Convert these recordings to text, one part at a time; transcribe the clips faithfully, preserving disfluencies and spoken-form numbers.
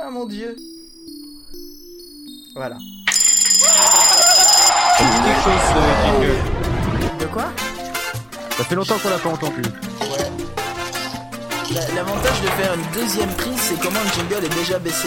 Ah mon dieu. Voilà. Quelque chose, euh, jingle. De quoi? Ça fait longtemps qu'on l'a pas entendu. Ouais. La- L'avantage de faire une deuxième prise, c'est comment le jingle est déjà baissé.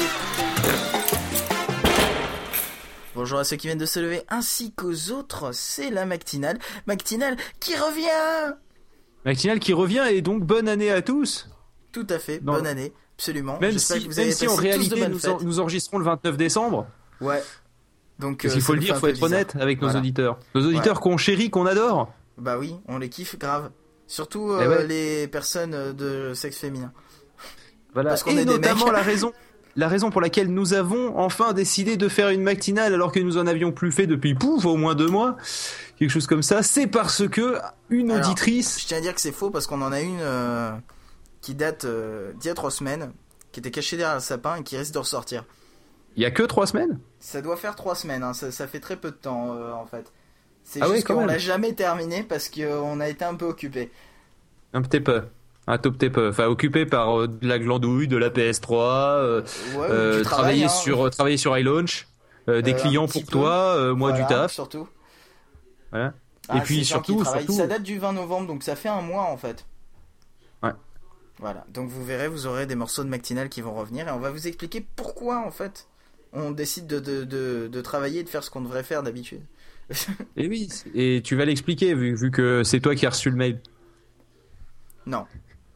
Bonjour à ceux qui viennent de se lever ainsi qu'aux autres, c'est la matinale. Matinale qui revient. Matinal qui revient et donc bonne année à tous. Tout à fait, Non. bonne année, absolument. Même J'espère si, que vous même avez si en passé tous de réalité bonnes nous, en- fêtes. nous enregistrons le vingt-neuf décembre. Ouais. Donc, Parce euh, qu'il faut ça le nous dire, fait faut un être peu bizarre. honnête avec nos Voilà. auditeurs. Nos auditeurs qu'on chérit, qu'on adore. Bah oui, on les kiffe grave. Surtout Eh euh, ouais. les personnes euh, de sexe féminin. Voilà. Parce qu'on et est des notamment mecs. la raison, la raison pour laquelle nous avons enfin décidé de faire une matinale alors que nous en avions plus fait depuis pouf au moins deux mois, quelque chose comme ça, c'est parce que une Alors, auditrice. Je tiens à dire que c'est faux parce qu'on en a une euh, qui date euh, d'il y a trois semaines, qui était cachée derrière le sapin et qui risque de ressortir. Il y a que trois semaines. Ça doit faire trois semaines, hein. ça, ça fait très peu de temps euh, en fait. C'est Ah juste ouais, quand qu'on même. l'a jamais terminé parce qu'on a été un peu occupé. Un petit peu. Un tout petit peu. Enfin, occupé par euh, de la glandouille, de la P S trois, euh, Ouais, euh, du travail, travailler hein. sur, euh, travailler sur iLaunch, euh, des Euh, un clients petit pour peu. toi, euh, moi Voilà, du taf. Surtout. Voilà. Ah, Et puis c'est les gens qui surtout, travaillent. surtout. Ça date du vingt novembre, donc ça fait un mois en fait. Ouais. Voilà, donc vous verrez, vous aurez des morceaux de matinale qui vont revenir et on va vous expliquer pourquoi en fait on décide de, de, de, de travailler et de faire ce qu'on devrait faire d'habitude. Et oui, et tu vas l'expliquer vu, vu que c'est toi qui as reçu le mail. Non.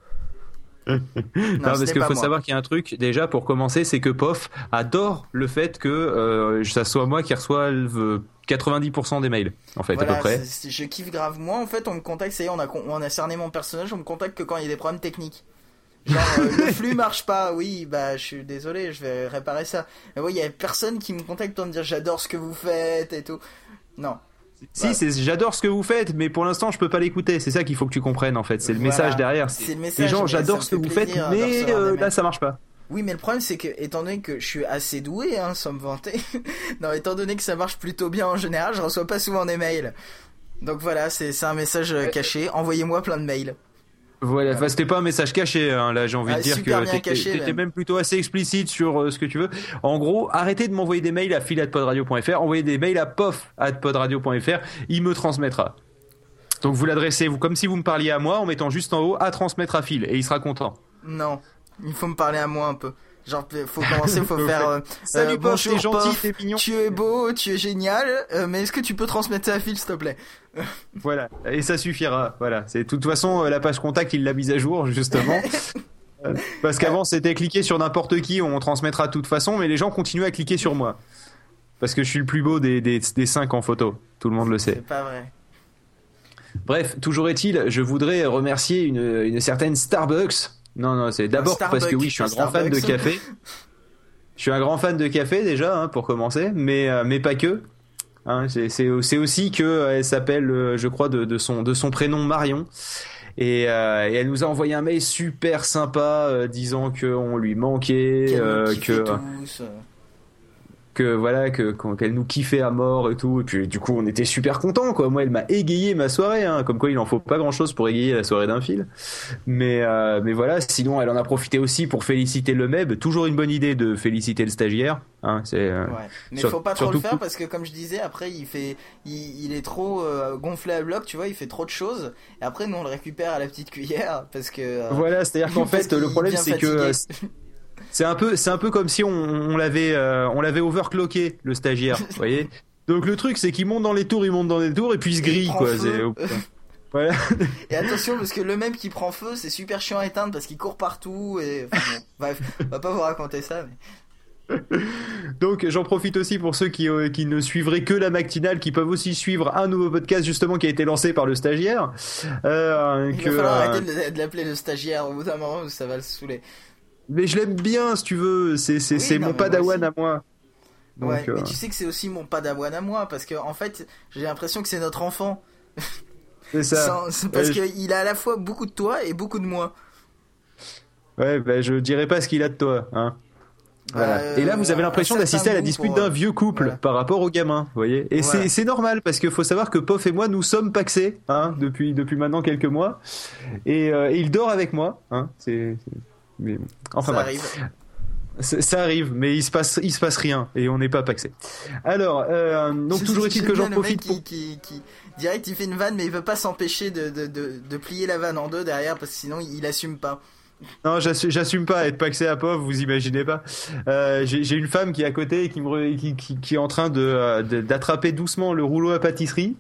Non, ce parce n'est qu'il pas faut moi. savoir qu'il y a un truc, déjà, pour commencer, c'est que P O F adore le fait que euh, ça soit moi qui reçoive quatre-vingt-dix pour cent des mails, en fait, Voilà, à peu près. c'est- c'est- je kiffe grave. Moi en fait on me contacte, ça y est, on a, con- on a cerné mon personnage, on me contacte que quand il y a des problèmes techniques. Genre euh, le flux marche pas, oui, bah je suis désolé, je vais réparer ça. Mais oui, il y a personne qui me contacte pour me dire j'adore ce que vous faites et tout. Non. Si, Ouais. c'est, j'adore ce que vous faites, mais pour l'instant, je peux pas l'écouter. C'est ça qu'il faut que tu comprennes, en fait. C'est le Voilà. message derrière. C'est le message, Les gens, mais ça j'adore me ce que fait vous faites, plaisir de mais recevoir des euh, mails. là, ça marche pas. Oui, mais le problème, c'est que, étant donné que je suis assez doué, hein, sans me vanter, non, étant donné que ça marche plutôt bien en général, je reçois pas souvent des mails. Donc voilà, c'est, c'est un message euh, caché. Envoyez-moi plein de mails. Voilà, enfin, c'était pas un message caché, hein. Là, j'ai envie Ah, de dire super que bien t'étais, caché, t'étais même. même plutôt assez explicite sur euh, ce que tu veux. En gros, arrêtez de m'envoyer des mails à fil arobase podradio point f r, envoyez des mails à pof arobase podradio point f r, il me transmettra. Donc vous l'adressez, vous, comme si vous me parliez à moi, en mettant juste en haut à transmettre à fil, et il sera content. Non, il faut me parler à moi un peu. Genre, faut commencer, faut faire. Euh, Salut euh, Pof, bonjour, t'es gentil, Pof, t'es mignon. tu es beau, tu es génial, euh, mais est-ce que tu peux transmettre ça à fil, s'il te plaît? Voilà, et ça suffira. Voilà, c'est de toute façon euh, la page contact, il l'a mise à jour justement. Euh, Parce qu'avant c'était cliquer sur n'importe qui, on transmettra de toute façon, mais les gens continuent à cliquer sur moi. Parce que je suis le plus beau des, des, des cinq en photo, tout le monde le sait. C'est pas vrai. Bref, toujours est-il, je voudrais remercier une, une certaine Starbucks. Non, non, c'est d'abord Starbucks, parce que oui, je suis un un grand fan de Starbucks. café. Je suis un grand fan de café déjà, hein, pour commencer, mais, euh, mais pas que. Hein, c'est, c'est, c'est aussi que euh, elle s'appelle, euh, je crois, de, de, son, de son prénom Marion. Et, euh, et elle nous a envoyé un mail super sympa euh, disant qu'on lui manquait, Qu'elle euh, nous kiffait que, tous. euh. que voilà, que, qu'on- qu'elle nous kiffait à mort et tout. Et puis du coup, on était super contents, quoi. Moi, elle m'a égayé ma soirée, hein, comme quoi il en faut pas grand chose pour égayer la soirée d'un fil. Mais, euh, mais voilà, sinon, elle en a profité aussi pour féliciter le M E B. Toujours une bonne idée de féliciter le stagiaire. Hein, c'est, euh, Ouais. Mais sur- faut pas trop surtout le faire que- parce que comme je disais, après il fait, il, il est trop euh, gonflé à bloc, tu vois, il fait trop de choses. Et après nous on le récupère à la petite cuillère parce que. euh, Voilà, c'est-à-dire qu'en en fait, il le est problème, bien c'est que euh, fatigué. c'est un peu, c'est un peu comme si on, on l'avait, euh, on l'avait overclocké, le stagiaire, vous voyez. Donc le truc, c'est qu'il monte dans les tours, il monte dans les tours, et puis il se Et il grille, prend quoi. feu. C'est... Voilà. Et attention parce que le même qui prend feu, c'est super chiant à éteindre parce qu'il court partout et. Enfin, bon, bref, on va pas vous raconter ça. Mais... Donc j'en profite aussi pour ceux qui, euh, qui ne suivraient que la matinale, qui peuvent aussi suivre un nouveau podcast justement qui a été lancé par le stagiaire. Euh, Il que, va falloir euh, arrêter de, de l'appeler le stagiaire au bout d'un moment où ça va le saouler. Mais je l'aime bien, si tu veux. C'est, c'est, Oui, c'est non, mon mais padawan moi à moi. Donc, ouais, euh, mais tu sais que c'est aussi mon padawan à moi parce que en fait j'ai l'impression que c'est notre enfant. c'est ça. Sans- c'est parce Euh, qu'il a à la fois beaucoup de toi et beaucoup de moi. Ouais, bah, je dirais pas ce qu'il a de toi, hein. Voilà. Euh, Et là, vous avez un l'impression certain d'assister à la goût dispute pour, d'un euh, vieux couple voilà. par rapport aux gamins, vous voyez. Et Voilà. c'est, c'est normal parce qu'il faut savoir que Pof et moi, nous sommes paxés, hein, depuis depuis maintenant quelques mois, et, euh, et il dort avec moi, hein. C'est, c'est... mais enfin Ça bref. arrive. Ça, ça arrive, mais il se passe, il se passe rien et on n'est pas paxé. Alors, euh, donc toujours est-il que j'en profite pour... Qui, qui, qui, direct, il fait une vanne, mais il veut pas s'empêcher de, de, de, de plier la vanne en deux derrière parce que sinon il assume pas. Non, j'assume, j'assume pas être paxé à pauvre, vous imaginez pas. Euh, j'ai, j'ai une femme qui est à côté et qui, me, qui, qui, qui est en train de, de d'attraper doucement le rouleau à pâtisserie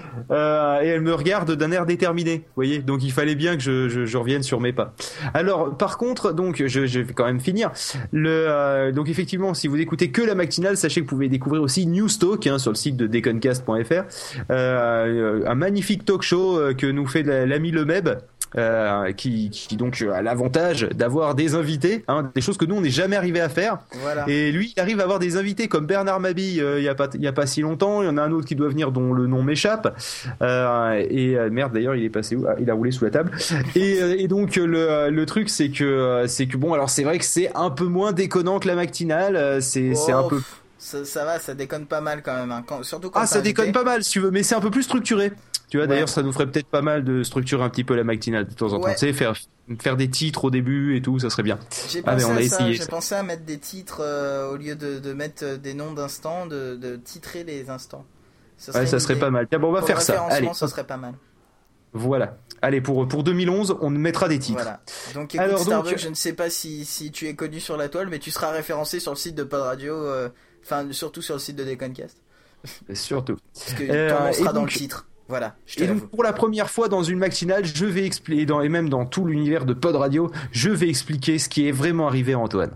euh, et elle me regarde d'un air déterminé. Vous voyez, donc il fallait bien que je, je, je revienne sur mes pas. Alors, par contre, donc je, je vais quand même finir. Le, euh, donc effectivement, si vous écoutez que la matinale, sachez que vous pouvez découvrir aussi Newstalk hein, sur le site de deconcast point f r, euh, un magnifique talk show que nous fait l'ami Lemeb. Euh, qui, qui donc a l'avantage d'avoir des invités, hein, des choses que nous on n'est jamais arrivé à faire. Voilà. Et lui, il arrive à avoir des invités comme Bernard Mabille. Euh, il y a pas, il y a pas si longtemps. Il y en a un autre qui doit venir dont le nom m'échappe. Euh, et euh, merde, d'ailleurs, il est passé où? Ah, il a roulé sous la table. Et, et donc le, le truc, c'est que, c'est que bon, alors c'est vrai que c'est un peu moins déconnant que la matinale. C'est, oh, c'est un peu. Ça, ça va, ça déconne pas mal quand même. Hein. Quand, surtout quand ah, ça déconne pas mal, si tu veux, mais c'est un peu plus structuré. Tu vois, ouais. D'ailleurs, ça nous ferait peut-être pas mal de structurer un petit peu la matinale de temps en temps. Ouais. Tu sais, faire, faire des titres au début et tout, ça serait bien. J'ai pensé ah, mais on a à ça, essayé. J'ai ça. pensé à mettre des titres euh, au lieu de, de mettre des noms d'instants, de, de titrer les instants. Ça serait, ouais, ça serait pas mal. Tiens, bon, on va pour faire ça. Allez. Ça serait pas mal. Voilà. Allez, pour, pour deux mille onze, on mettra des titres. Voilà. Donc, écoute, Alors, Starbucks, donc... je ne sais pas si, si tu es connu sur la toile, mais tu seras référencé sur le site de Pod Radio, enfin, euh, surtout sur le site de Deconcast. Surtout. Parce que euh, ton nom sera dans donc... le titre. Voilà. Je et donc pour la première fois dans une matinale, je vais expliquer, dans, et même dans tout l'univers de Pod Radio, je vais expliquer ce qui est vraiment arrivé à Antoine.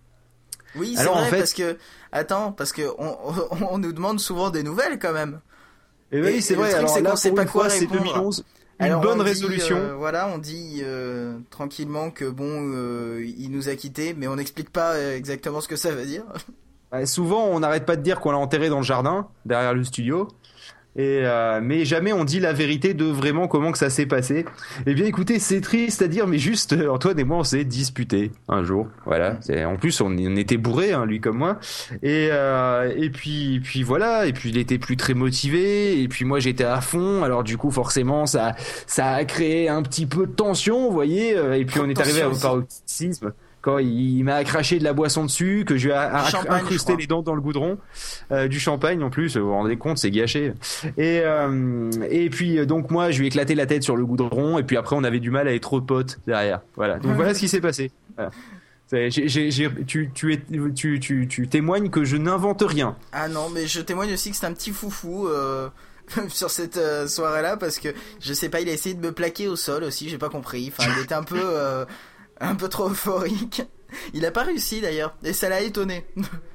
Oui, c'est Alors, vrai en fait... parce que attends, parce que on, on, on nous demande souvent des nouvelles quand même. Et, et oui, c'est et vrai. Alors là, pour une fois, c'est deux mille onze. Une Alors, bonne résolution. Dit, euh, voilà, on dit euh, tranquillement que bon, euh, il nous a quittés, mais on n'explique pas exactement ce que ça veut dire. Ouais, souvent, on n'arrête pas de dire qu'on l'a enterré dans le jardin, derrière le studio. Et euh, mais jamais on dit la vérité de vraiment comment que ça s'est passé. Eh bien écoutez, c'est triste à dire, mais juste Antoine et moi on s'est disputés un jour. Voilà. C'est, en plus on, on était bourrés, hein, lui comme moi. Et euh, et puis puis voilà. Et puis il était plus très motivé. Et puis moi j'étais à fond. Alors du coup forcément ça ça a créé un petit peu de tension, vous voyez. Et puis on est arrivé au paroxysme. Quand il m'a craché de la boisson dessus, que je lui ai incrusté les dents dans le goudron, euh, du champagne en plus, vous vous rendez compte, c'est gâché. Et euh, et puis donc moi je lui ai éclaté la tête sur le goudron, et puis après on avait du mal à être trop potes derrière. Voilà. Donc voilà ce qui s'est passé. Voilà. J'ai, j'ai, j'ai, tu, tu, es, tu, tu, tu témoignes que je n'invente rien. Ah non, mais je témoigne aussi que c'est un petit foufou. Euh... sur cette euh, soirée-là, parce que je sais pas, il a essayé de me plaquer au sol aussi, j'ai pas compris. Enfin, il était un peu euh, un peu trop euphorique. Il a pas réussi d'ailleurs, et ça l'a étonné.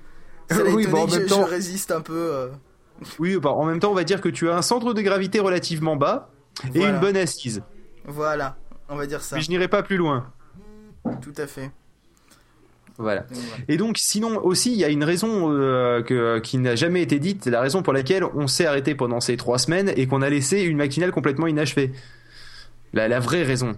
Ça l'a oui, étonné bon, que en même je, temps... je résiste un peu. Euh... Oui, bah, en même temps, on va dire que tu as un centre de gravité relativement bas et voilà. Une bonne assise. Voilà, on va dire ça. Mais je n'irai pas plus loin. Tout à fait. Voilà. Et donc, sinon aussi, il y a une raison euh, que, qui n'a jamais été dite. C'est la raison pour laquelle on s'est arrêté pendant ces trois semaines et qu'on a laissé une matinale complètement inachevée. La, la vraie raison.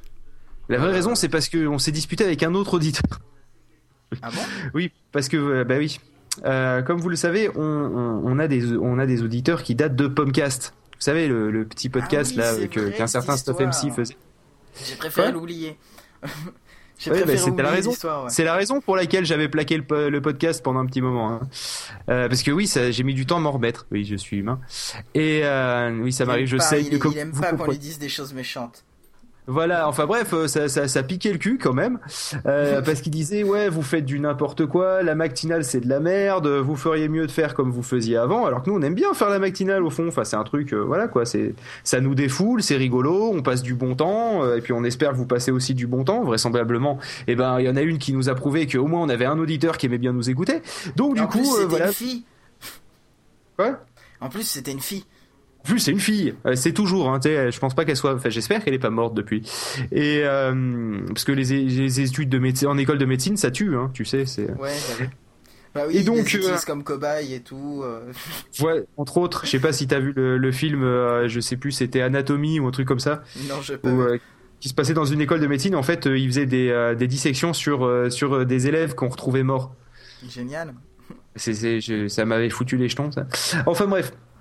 La vraie euh... raison, c'est parce qu'on s'est disputé avec un autre auditeur. Ah bon ? Oui, parce que, euh, bah oui. Euh, comme vous le savez, on, on, on, a des, on a des auditeurs qui datent de Pomcast. Vous savez, le, le petit podcast ah oui, là que, vrai, qu'un certain Stuff M C faisait. J'ai préféré ouais. l'oublier. J'ai ouais, bah, c'était la raison. Ouais. C'est la raison pour laquelle j'avais plaqué le, le podcast pendant un petit moment. Hein. Euh, parce que oui, ça, j'ai mis du temps à m'en remettre. Oui, je suis humain. Et euh, oui, ça il m'arrive. Je pas, sais. Il, que il aime pas qu'on lui dise des choses méchantes. Voilà, enfin bref, ça, ça, ça piquait le cul quand même, euh, parce qu'il disait ouais, vous faites du n'importe quoi, la matinale c'est de la merde, vous feriez mieux de faire comme vous faisiez avant, alors que nous on aime bien faire la matinale au fond, enfin c'est un truc, euh, voilà quoi, c'est, ça nous défoule, c'est rigolo, on passe du bon temps, euh, et puis on espère que vous passez aussi du bon temps, vraisemblablement. Et ben il y en a une qui nous a prouvé qu'au moins on avait un auditeur qui aimait bien nous écouter, donc du en coup plus, c'était euh, voilà. Une fille. Quoi ? En plus c'était une fille. Plus c'est une fille, c'est toujours, hein, je pense pas qu'elle soit, enfin j'espère qu'elle est pas morte depuis. Et euh, parce que les, les études de médecine, en école de médecine, ça tue, hein, tu sais, c'est. Ouais, j'avais. Bah oui, et donc, ils utilisent euh, comme cobaye et tout. Euh... Ouais, entre autres, je sais pas si t'as vu le, le film, euh, je sais plus, c'était Anatomie ou un truc comme ça. Non, j'ai pas. Où, vu. Euh, qui se passait dans une école de médecine. En fait, euh, ils faisaient des, euh, des dissections sur euh, sur des élèves qu'on retrouvait morts. Génial. C'est, c'est, je, ça m'avait foutu les jetons, ça. Enfin bref.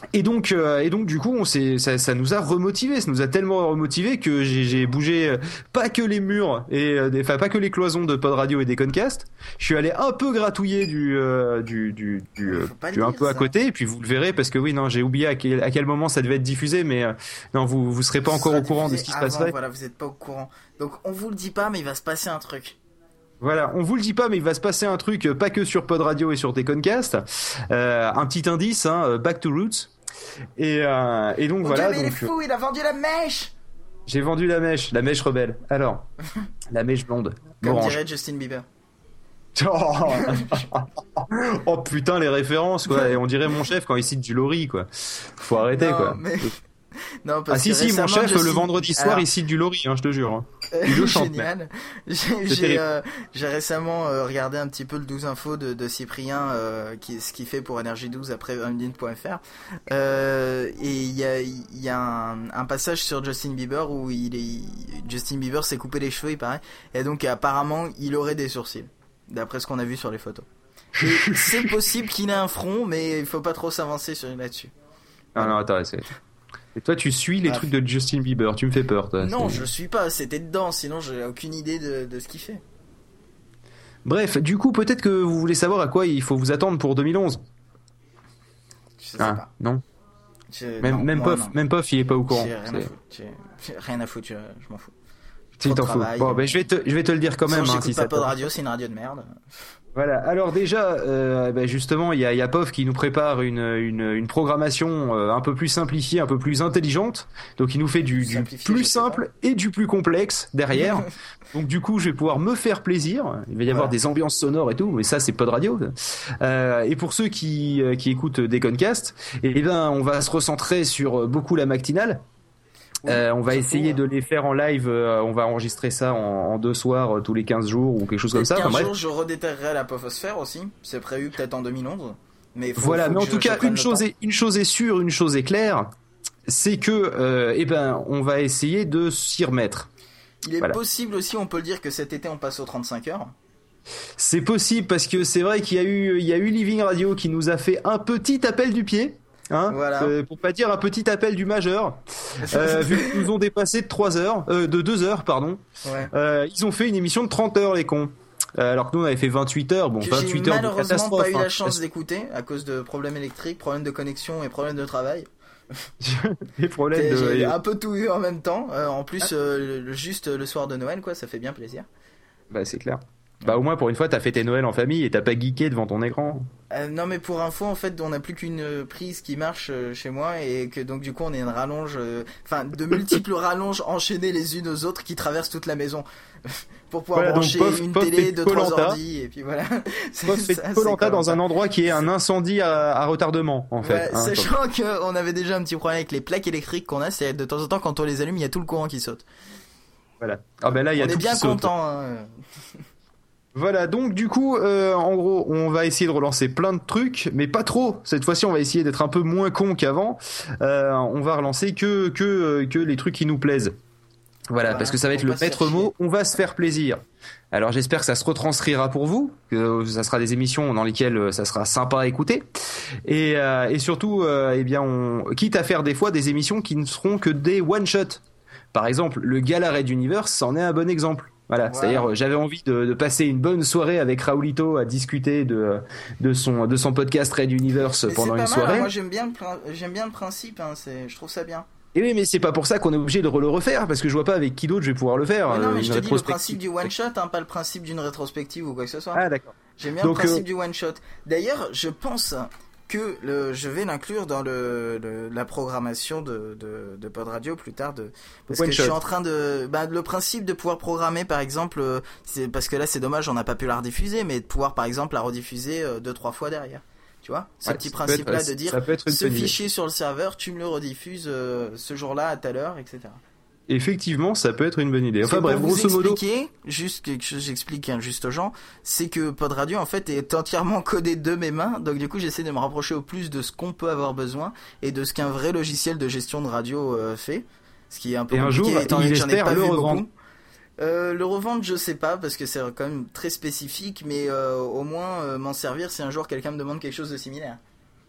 Et donc, euh, et donc du coup, on s'est, ça, ça nous a remotivé, ça nous a tellement remotivé que j'ai, j'ai bougé euh, pas que les murs et, euh, des, enfin pas que les cloisons de Pod Radio et des Concast. Je suis allé un peu gratouiller du, euh, du, du, du, euh, du un dire, peu ça. à côté, et puis vous le verrez parce que oui, non, j'ai oublié à quel, à quel moment ça devait être diffusé, mais euh, non, vous, vous serez pas encore au courant de ce qui se passerait. Voilà, vous êtes pas au courant. Donc on vous le dit pas, mais il va se passer un truc. Voilà, on vous le dit pas, mais il va se passer un truc, euh, pas que sur Pod Radio et sur des Concast. Euh, un petit indice, hein, Back to Roots. Et, euh, et donc Mon voilà. Dieu, mais donc, il est fou, il a vendu la mèche. J'ai vendu la mèche, la mèche rebelle. Alors, la mèche blonde. Comme orange. dirait Justin Bieber. Oh, oh putain, les références, quoi. Et on dirait mon chef quand il cite du Lori, quoi. Faut arrêter, non, quoi. Mais... non, parce ah si, que si, mon chef, Justin... le vendredi soir, Alors... il cite du Lori, hein, je te jure. Hein. Il le chante. Génial. J'ai, j'ai, euh, j'ai récemment euh, regardé un petit peu le douze info de, de Cyprien, euh, qui, ce qu'il fait pour Énergie douze après Unlin point F R. Euh, et il y a, il y a un, un passage sur Justin Bieber où il est, Justin Bieber s'est coupé les cheveux, il paraît. Et donc apparemment, il aurait des sourcils, d'après ce qu'on a vu sur les photos. Et c'est possible qu'il ait un front, mais il faut pas trop s'avancer sur, là-dessus. Ah non, attends, c'est... Et toi, tu suis les ah, trucs de Justin Bieber, tu me fais peur, toi. Non, c'est... je suis pas, c'était dedans, sinon j'ai aucune idée de, de ce qu'il fait. Bref, du coup, peut-être que vous voulez savoir à quoi il faut vous attendre pour deux mille onze. Je sais ah, pas. Non. Je... Même, non, même, moi, Pof, même Pof, il est pas au courant. J'ai rien à foutre, j'ai... j'ai rien à foutre, je, je m'en fous. Tu t'en fous. Bon, ben, je vais te, je vais te le dire quand même. Sinon, hein, si pas ça Pod Radio, c'est une radio de merde. Voilà. Alors déjà, euh, ben justement, il y a, y a Pof qui nous prépare une, une, une programmation euh, un peu plus simplifiée, un peu plus intelligente. Donc, il nous fait du, du plus simple et du plus complexe derrière. Donc, du coup, je vais pouvoir me faire plaisir. Il va y avoir voilà. des ambiances sonores et tout, mais ça, c'est Pod Radio. Euh, et pour ceux qui, euh, qui écoutent des Concast, eh ben, on va se recentrer sur beaucoup la matinale. Oui, euh, on va essayer de les faire en live, euh, on va enregistrer ça en, en deux soirs, euh, tous les quinze jours ou quelque chose comme ça. quinze enfin, jours, je redéterrerai la Pofosphère aussi, c'est prévu peut-être en deux mille onze. Mais faut, voilà, faut mais en je, tout cas, une chose, est, une chose est sûre, une chose est claire, c'est que, euh, eh ben, on va essayer de s'y remettre. Il est voilà. possible aussi, on peut le dire, que cet été on passe aux trente-cinq heures. C'est possible parce que c'est vrai qu'il y a eu, il y a eu Living Radio qui nous a fait un petit appel du pied. Hein, voilà. euh, pour pas dire un petit appel du majeur, euh, vu qu'ils nous ont dépassé de trois heures, euh, de deux heures, pardon. Ouais. Euh, ils ont fait une émission de trente heures, les cons. Euh, alors que nous on avait fait vingt-huit heures, bon, que vingt-huit j'ai heures malheureusement de catastrophe. pas eu la hein. chance d'écouter à cause de problèmes électriques, problèmes de connexion et problèmes de travail. Des problèmes de... J'ai un peu tout eu en même temps. Euh, en plus, euh, le, juste le soir de Noël, quoi, ça fait bien plaisir. Bah c'est clair. Bah au moins pour une fois t'as fêté Noël en famille et t'as pas geeké devant ton écran. Euh, non mais pour info en fait on n'a plus qu'une prise qui marche euh, chez moi et que donc du coup on est une rallonge, enfin euh, de multiples rallonges enchaînées les unes aux autres qui traversent toute la maison pour pouvoir voilà, brancher Pof, une Pof télé, deux trois ordi et puis voilà. Pof fait Koh-Lanta dans un endroit qui est un incendie à, à retardement en fait. Ouais, hein, sachant qu'on avait déjà un petit problème avec les plaques électriques qu'on a, c'est de temps en temps quand on les allume il y a tout le courant qui saute. Voilà. Ah ben là il y a on tout est bien qui saute. content. Hein. Voilà, donc du coup, euh, en gros, on va essayer de relancer plein de trucs, mais pas trop. Cette fois-ci, on va essayer d'être un peu moins con qu'avant. Euh, on va relancer que que que les trucs qui nous plaisent. Voilà, voilà parce que ça va être le maître mot. On va se faire plaisir. Alors j'espère que ça se retranscrira pour vous, que ça sera des émissions dans lesquelles ça sera sympa à écouter, et, euh, et surtout, euh, eh bien, on quitte à faire des fois des émissions qui ne seront que des one shot. Par exemple, le Gala Red Universe, c'en est un bon exemple. Voilà, voilà. C'est-à-dire j'avais envie de, de passer une bonne soirée avec Raoulito à discuter de de son de son podcast Red Universe mais pendant une mal, soirée. Hein, moi j'aime bien le j'aime bien le principe, hein, c'est je trouve ça bien. Et oui, mais c'est pas pour ça qu'on est obligé de le refaire parce que je vois pas avec qui d'autre je vais pouvoir le faire. Mais non, mais je te dis le principe du one shot, hein, pas le principe d'une rétrospective ou quoi que ce soit. Ah d'accord. J'aime bien Donc, le principe euh... du one shot. D'ailleurs, je pense que le, je vais l'inclure dans le, le la programmation de, de, de Pod Radio plus tard de parce One que shot. Je suis en train de bah, le principe de pouvoir programmer par exemple c'est parce que là c'est dommage on n'a pas pu la rediffuser mais de pouvoir par exemple la rediffuser euh, deux trois fois derrière tu vois ce ouais, petit principe là de dire ce fichier sur le serveur tu me le rediffuses euh, ce jour-là à telle heure etc. Effectivement, ça peut être une bonne idée. Enfin bref, grosso modo. Juste quelque chose, j'explique hein, juste aux gens, c'est que Pod Radio en fait est entièrement codé de mes mains, donc du coup j'essaie de me rapprocher au plus de ce qu'on peut avoir besoin et de ce qu'un vrai logiciel de gestion de radio euh, fait, ce qui est un peu et compliqué un jour, étant donné que j'en ai pas le vu revendre. beaucoup. Euh, le revendre, je sais pas parce que c'est quand même très spécifique, mais euh, au moins euh, m'en servir si un jour quelqu'un me demande quelque chose de similaire.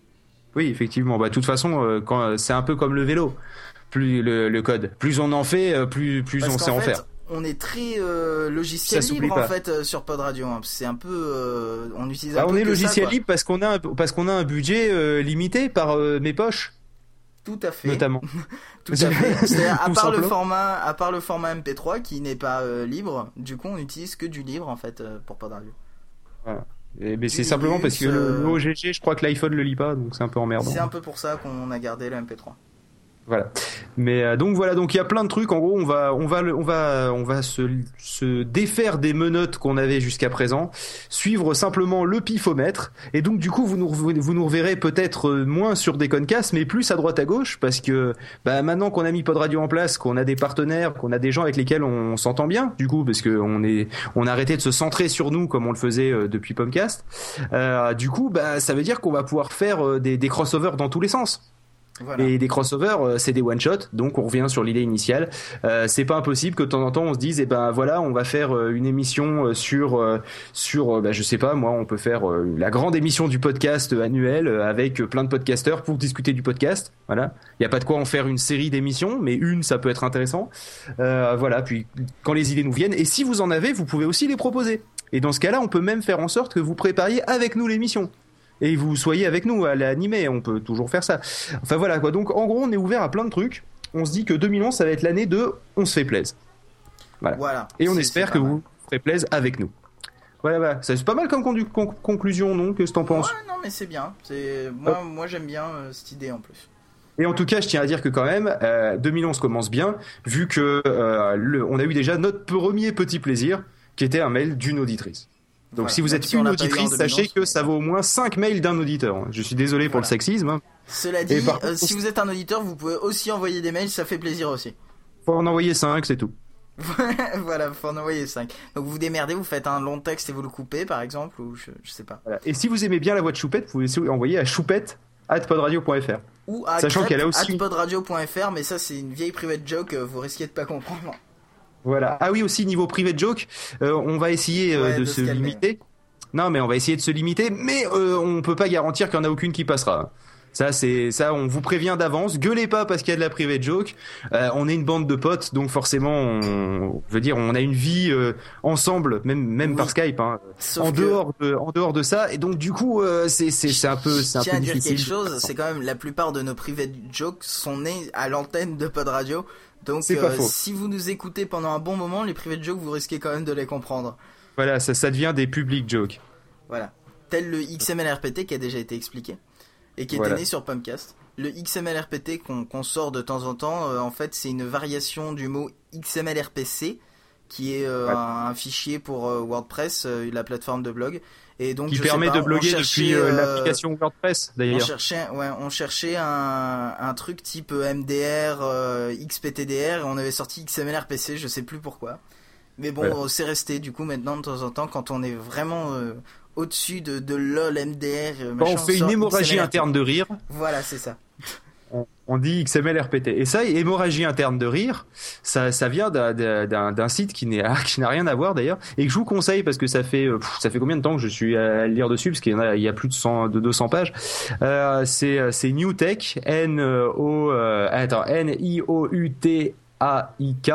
Oui, effectivement. Bah, de toute façon, euh, quand, c'est un peu comme le vélo. Plus le, le code, plus on en fait, euh, plus plus Parce on sait en fait, faire. On est très euh, logiciel libre en fait euh, sur Pod Radio. Hein. C'est un peu, euh, on utilise un bah, peu on est que logiciel ça, libre parce qu'on a un, parce qu'on a un budget euh, limité par euh, mes poches. Tout à fait. Notamment. Tout à fait. C'est-à-dire, à part le simplement. format, à part le format M P trois qui n'est pas euh, libre, du coup on utilise que du libre en fait euh, pour Pod Radio. Voilà. Et, mais c'est simplement Linux, parce que le, le O G G, je crois que l'iPhone le lit pas, donc c'est un peu emmerdant. C'est un peu pour ça qu'on a gardé le M P trois. Voilà. Mais euh, donc voilà, donc il y a plein de trucs. En gros, on va, on va, on va, on va se, se défaire des menottes qu'on avait jusqu'à présent, suivre simplement le pifomètre. Et donc du coup, vous nous, vous nous reverrez peut-être moins sur des concasts, mais plus à droite à gauche, parce que bah, maintenant qu'on a mis Pod Radio en place, qu'on a des partenaires, qu'on a des gens avec lesquels on s'entend bien, du coup, parce que on est, on a arrêté de se centrer sur nous comme on le faisait euh, depuis Pomcast. Euh, du coup, bah, ça veut dire qu'on va pouvoir faire euh, des, des crossovers dans tous les sens. Voilà. Et des crossovers, euh, c'est des one shot, donc on revient sur l'idée initiale. Euh, c'est pas impossible que de temps en temps on se dise, eh ben voilà, on va faire euh, une émission euh, sur euh, sur, euh, bah, je sais pas, moi, on peut faire euh, la grande émission du podcast euh, annuel euh, avec euh, plein de podcasteurs pour discuter du podcast. Voilà, il y a pas de quoi en faire une série d'émissions, mais une, ça peut être intéressant. Euh, voilà, puis quand les idées nous viennent, et si vous en avez, vous pouvez aussi les proposer. Et dans ce cas-là, on peut même faire en sorte que vous prépariez avec nous l'émission. Et vous soyez avec nous à l'animer, on peut toujours faire ça. Enfin voilà quoi, donc en gros on est ouvert à plein de trucs. On se dit que deux mille onze ça va être l'année de on se fait plaisir. Voilà. voilà. Et on espère que mal. Vous ferez plaisir avec nous. Voilà, voilà. C'est pas mal comme con- con- conclusion, non? Qu'est-ce que t'en penses? Ouais, non mais c'est bien. C'est... Moi, moi j'aime bien euh, cette idée en plus. Et en tout cas, je tiens à dire que quand même, euh, deux mille onze commence bien, vu que euh, le, on a eu déjà notre premier petit plaisir, qui était un mail d'une auditrice. Donc voilà, si vous êtes si une auditrice, sachez que ça vaut au moins cinq mails d'un auditeur. Je suis désolé voilà. pour le sexisme. Hein. Cela dit, par... euh, si vous êtes un auditeur, vous pouvez aussi envoyer des mails, ça fait plaisir aussi. Faut en envoyer cinq, c'est tout. Voilà, faut en envoyer cinq. Donc vous démerdez, vous faites un long texte et vous le coupez par exemple, ou je, je sais pas. Voilà. Et si vous aimez bien la voix de Choupette, vous pouvez aussi envoyer à choupette arobase podradio point f r. Ou à sachant qu'elle a aussi podradio point f r, mais ça c'est une vieille private joke, vous risquez de pas comprendre. Voilà. Ah oui, aussi niveau private joke, euh, on va essayer euh, ouais, de, de se limiter. Non, mais on va essayer de se limiter, mais euh, on peut pas garantir qu'il y en a aucune qui passera. Ça, c'est ça, on vous prévient d'avance. Gueulez pas parce qu'il y a de la private joke. Euh, on est une bande de potes, donc forcément, on, je veux dire, on a une vie euh, ensemble, même même oui. par Skype, hein, en que... dehors de en dehors de ça. Et donc du coup, euh, c'est c'est c'est un peu c'est un Tiens peu à dire difficile. quelque chose, c'est quand même la plupart de nos private jokes sont nés à l'antenne de Pod Radio. Donc euh, si vous nous écoutez pendant un bon moment, les private jokes, vous risquez quand même de les comprendre. Voilà, ça ça devient des public jokes. Voilà, tel le X M L R P T qui a déjà été expliqué et qui était voilà. né sur Pomcast. Le X M L R P T qu'on, qu'on sort de temps en temps, euh, en fait, c'est une variation du mot X M L R P C, qui est euh, ouais. un, un fichier pour euh, WordPress, euh, la plateforme de blog, et donc qui je permet sais pas, de bloguer depuis euh, l'application WordPress d'ailleurs. On cherchait, ouais, on cherchait un, un truc type M D R, euh, X P T D R, et on avait sorti X M L R P C, je sais plus pourquoi. Mais bon, voilà. c'est resté du coup maintenant de temps en temps quand on est vraiment euh, au-dessus de, de LOL, M D R, machin, on fait une hémorragie X M L R P T. Interne de rire. Voilà, c'est ça. On, on dit X M L R P T. Et ça, hémorragie interne de rire, ça, ça vient d'un, d'un, d'un site qui, n'est, qui n'a rien à voir d'ailleurs, et que je vous conseille parce que ça fait, pff, ça fait combien de temps que je suis à lire dessus, parce qu'il y en a, il y a plus de, cent, de deux cents pages. Euh, c'est, c'est NewTech, N O, euh, attends, N I O U T A I K,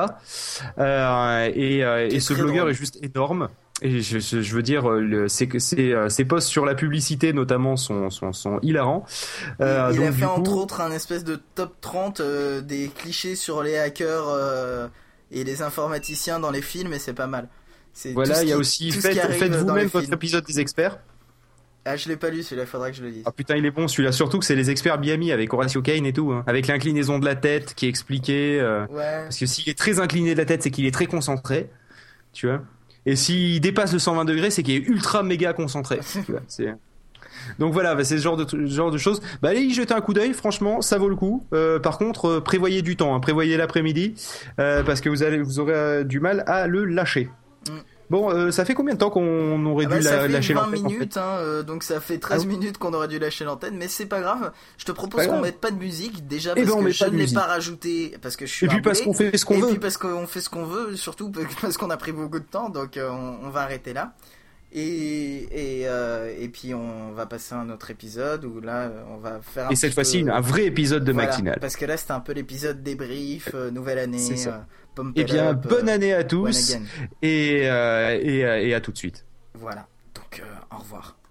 euh, et, euh, et ce blogueur drôle. Est juste énorme. Et je, je, je veux dire, le, ses, ses, ses posts sur la publicité notamment sont, sont, sont hilarants. Euh, il donc, a fait entre coup... autres un espèce de top trente euh, des clichés sur les hackers euh, et les informaticiens dans les films, et c'est pas mal. C'est voilà, il y a qui, aussi faites, faites vous-même votre épisode des experts. Ah, je l'ai pas lu, celui-là, faudra que je le lise. Ah putain, il est bon celui-là, surtout que c'est les experts Miami avec Horatio Kane et tout, hein, avec l'inclinaison de la tête qui est expliquée. Euh, ouais. Parce que s'il est très incliné de la tête, c'est qu'il est très concentré, tu vois. Et s'il dépasse le cent vingt degrés, c'est qu'il est ultra méga concentré. Tu vois, c'est... Donc voilà, bah c'est ce genre de, ce genre de choses. Bah allez y jeter un coup d'œil, franchement, ça vaut le coup. Euh, par contre, euh, prévoyez du temps, hein, prévoyez l'après-midi, euh, parce que vous allez, vous aurez euh, du mal à le lâcher. Mm. Bon, euh, ça fait combien de temps qu'on aurait ah bah, dû la, lâcher l'antenne? Ça fait vingt minutes, en fait hein, euh, donc ça fait treize ah oui. minutes qu'on aurait dû lâcher l'antenne, mais c'est pas grave. Je te propose qu'on mette pas de musique, déjà parce ben, que je ne l'ai pas rajouté, parce que je suis Et puis parce qu'on fait ce qu'on et veut. Et puis parce qu'on fait ce qu'on veut, surtout parce qu'on a pris beaucoup de temps, donc euh, on, on va arrêter là. Et, et, euh, et puis on va passer à un autre épisode où là on va faire un et cette peu, fois-ci un vrai épisode de voilà, matinale, parce que là c'était un peu l'épisode débrief, euh, nouvelle année, euh, pump et it bien up, bonne euh, année à one tous again. et, euh, et, et à tout de suite. Voilà, donc euh, au revoir.